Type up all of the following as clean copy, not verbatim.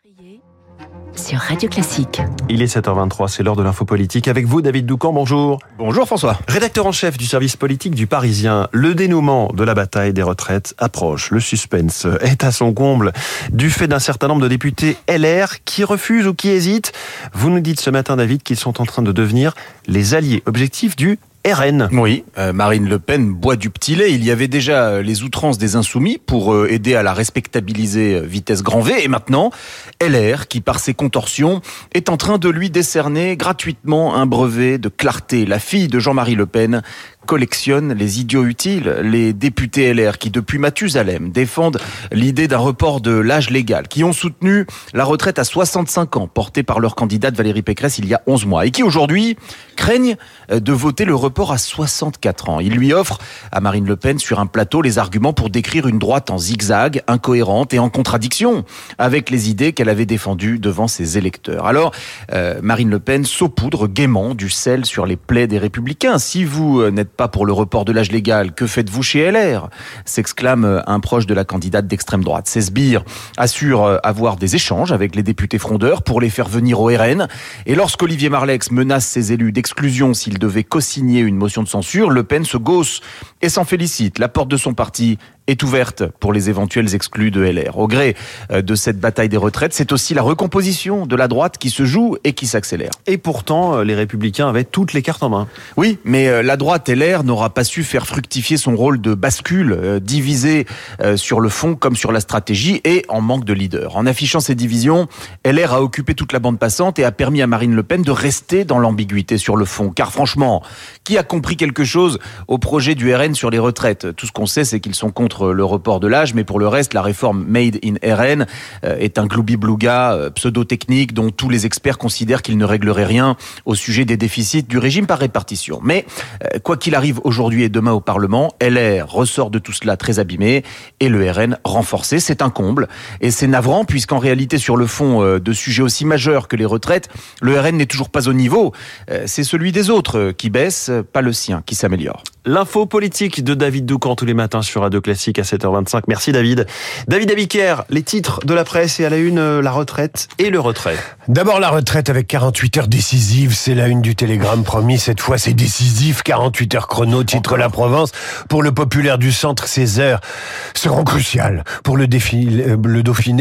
Sur Radio Classique. Il est 7h23, c'est l'heure de l'info politique. Avec vous, David Doucan, bonjour. Bonjour François. Rédacteur en chef du service politique du Parisien, le dénouement de la bataille des retraites approche. Le suspense est à son comble du fait d'un certain nombre de députés LR qui refusent ou qui hésitent. Vous nous dites ce matin, David, qu'ils sont en train de devenir les alliés objectifs du RN. Oui, Marine Le Pen boit du petit lait. Il y avait déjà les outrances des Insoumis pour aider à la respectabiliser vitesse grand V. Et maintenant, LR, qui par ses contorsions, est en train de lui décerner gratuitement un brevet de clarté. La fille de Jean-Marie Le Pen collectionne les idiots utiles. Les députés LR qui, depuis Mathusalem, défendent l'idée d'un report de l'âge légal, qui ont soutenu la retraite à 65 ans, portée par leur candidate Valérie Pécresse il y a 11 mois, et qui aujourd'hui craignent de voter le report à 64 ans. Ils lui offrent à Marine Le Pen sur un plateau les arguments pour décrire une droite en zigzag, incohérente et en contradiction avec les idées qu'elle avait défendues devant ses électeurs. Alors, Marine Le Pen saupoudre gaiement du sel sur les plaies des Républicains. Si vous n'êtes pas pour le report de l'âge légal, que faites-vous chez LR ? S'exclame un proche de la candidate d'extrême droite. Ces sbires assurent avoir des échanges avec les députés frondeurs pour les faire venir au RN. Et lorsqu'Olivier Marleix menace ses élus d'exclusion s'ils devaient co-signer une motion de censure, Le Pen se gausse et s'en félicite. La porte de son parti est ouverte pour les éventuels exclus de LR. Au gré de cette bataille des retraites, c'est aussi la recomposition de la droite qui se joue et qui s'accélère. Et pourtant, les Républicains avaient toutes les cartes en main. Oui, mais la droite LR n'aura pas su faire fructifier son rôle de bascule, divisé sur le fond comme sur la stratégie et en manque de leader. En affichant ces divisions, LR a occupé toute la bande passante et a permis à Marine Le Pen de rester dans l'ambiguïté sur le fond. Car franchement, qui a compris quelque chose au projet du RN sur les retraites ? Tout ce qu'on sait, c'est qu'ils sont contre le report de l'âge, mais pour le reste, la réforme Made in RN est un gloubi-blouga pseudo-technique dont tous les experts considèrent qu'il ne réglerait rien au sujet des déficits du régime par répartition. Mais quoi qu'il arrive aujourd'hui et demain au Parlement, LR ressort de tout cela très abîmé et le RN renforcé. C'est un comble et c'est navrant puisqu'en réalité, sur le fond de sujets aussi majeurs que les retraites, le RN n'est toujours pas au niveau. C'est celui des autres qui baisse, pas le sien qui s'améliore. L'info politique de David Doucan tous les matins sur Radio Classique à 7h25. Merci David. David Abiker, les titres de la presse et à la une, la retraite et le retrait. D'abord la retraite avec 48 heures décisives, c'est la une du Télégramme, promis, cette fois c'est décisif, 48 heures chrono, titre La Provence. Pour le populaire du centre, ces heures seront cruciales. Pour le Dauphiné,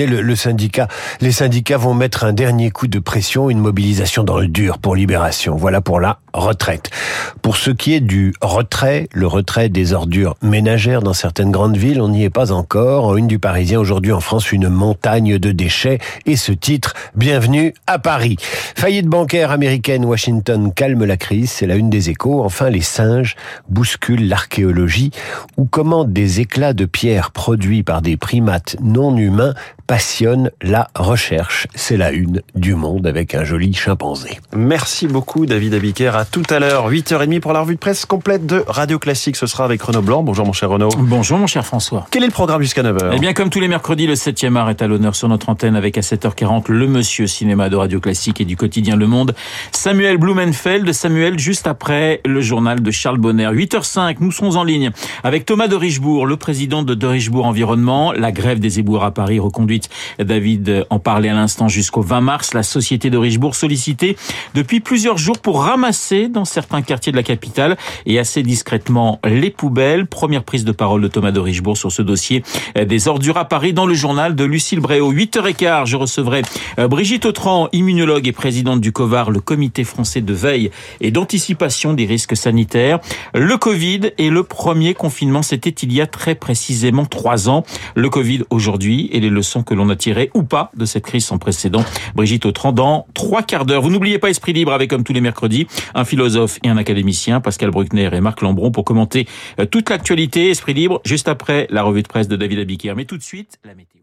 les syndicats vont mettre un dernier coup de pression, une mobilisation dans le dur pour Libération. Voilà pour la retraite. Pour ce qui est du retrait, le retrait des ordures ménagères dans certaines grandes villes, on n'y est pas encore. En une du Parisien, aujourd'hui en France, une montagne de déchets et ce titre, bienvenue à Paris. Faillite bancaire américaine, Washington calme la crise, c'est la une des Échos. Enfin, les singes bousculent l'archéologie ou comment des éclats de pierre produits par des primates non humains passionnent la recherche. C'est la une du Monde avec un joli chimpanzé. Merci beaucoup David Abiker. À tout à l'heure, 8h30 pour la revue de presse complète de Radio Classique. Ce sera avec Renaud Blanc. Bonjour mon cher Renaud. Bonjour mon cher François. Quel est le programme jusqu'à 9h ? Eh bien comme tous les mercredis, le 7e art est à l'honneur sur notre antenne avec à 7h40 le monsieur cinéma de Radio Classique et du quotidien Le Monde, Samuel Blumenfeld. Samuel, juste après le journal de Charles Bonner. 8h05, nous serons en ligne avec Thomas de Richebourg, le président de Richebourg Environnement. La grève des éboueurs à Paris reconduite. David en parlait à l'instant jusqu'au 20 mars. La société de Richebourg sollicitée depuis plusieurs jours pour ramasser dans certains quartiers de la capitale et assez discrètement les poubelles. Première prise de parole de Thomas de Richebourg sur ce dossier des ordures à Paris dans le journal de Lucille Bréau. 8h15, je recevrai Brigitte Autran, immunologue et présidente du COVAR, le comité français de veille et d'anticipation des risques sanitaires. Le Covid et le premier confinement, c'était il y a très précisément 3 ans. Le Covid aujourd'hui et les leçons que l'on a tirées ou pas de cette crise sans précédent. Brigitte Autran dans 3 quarts d'heure. Vous n'oubliez pas Esprit Libre avec, comme tous les mercredis, un philosophe et un académicien, Pascal Bruckner et Marc Lambron, pour commenter toute l'actualité. Esprit Libre, juste après la revue de presse de David Abiker. Mais tout de suite, la météo.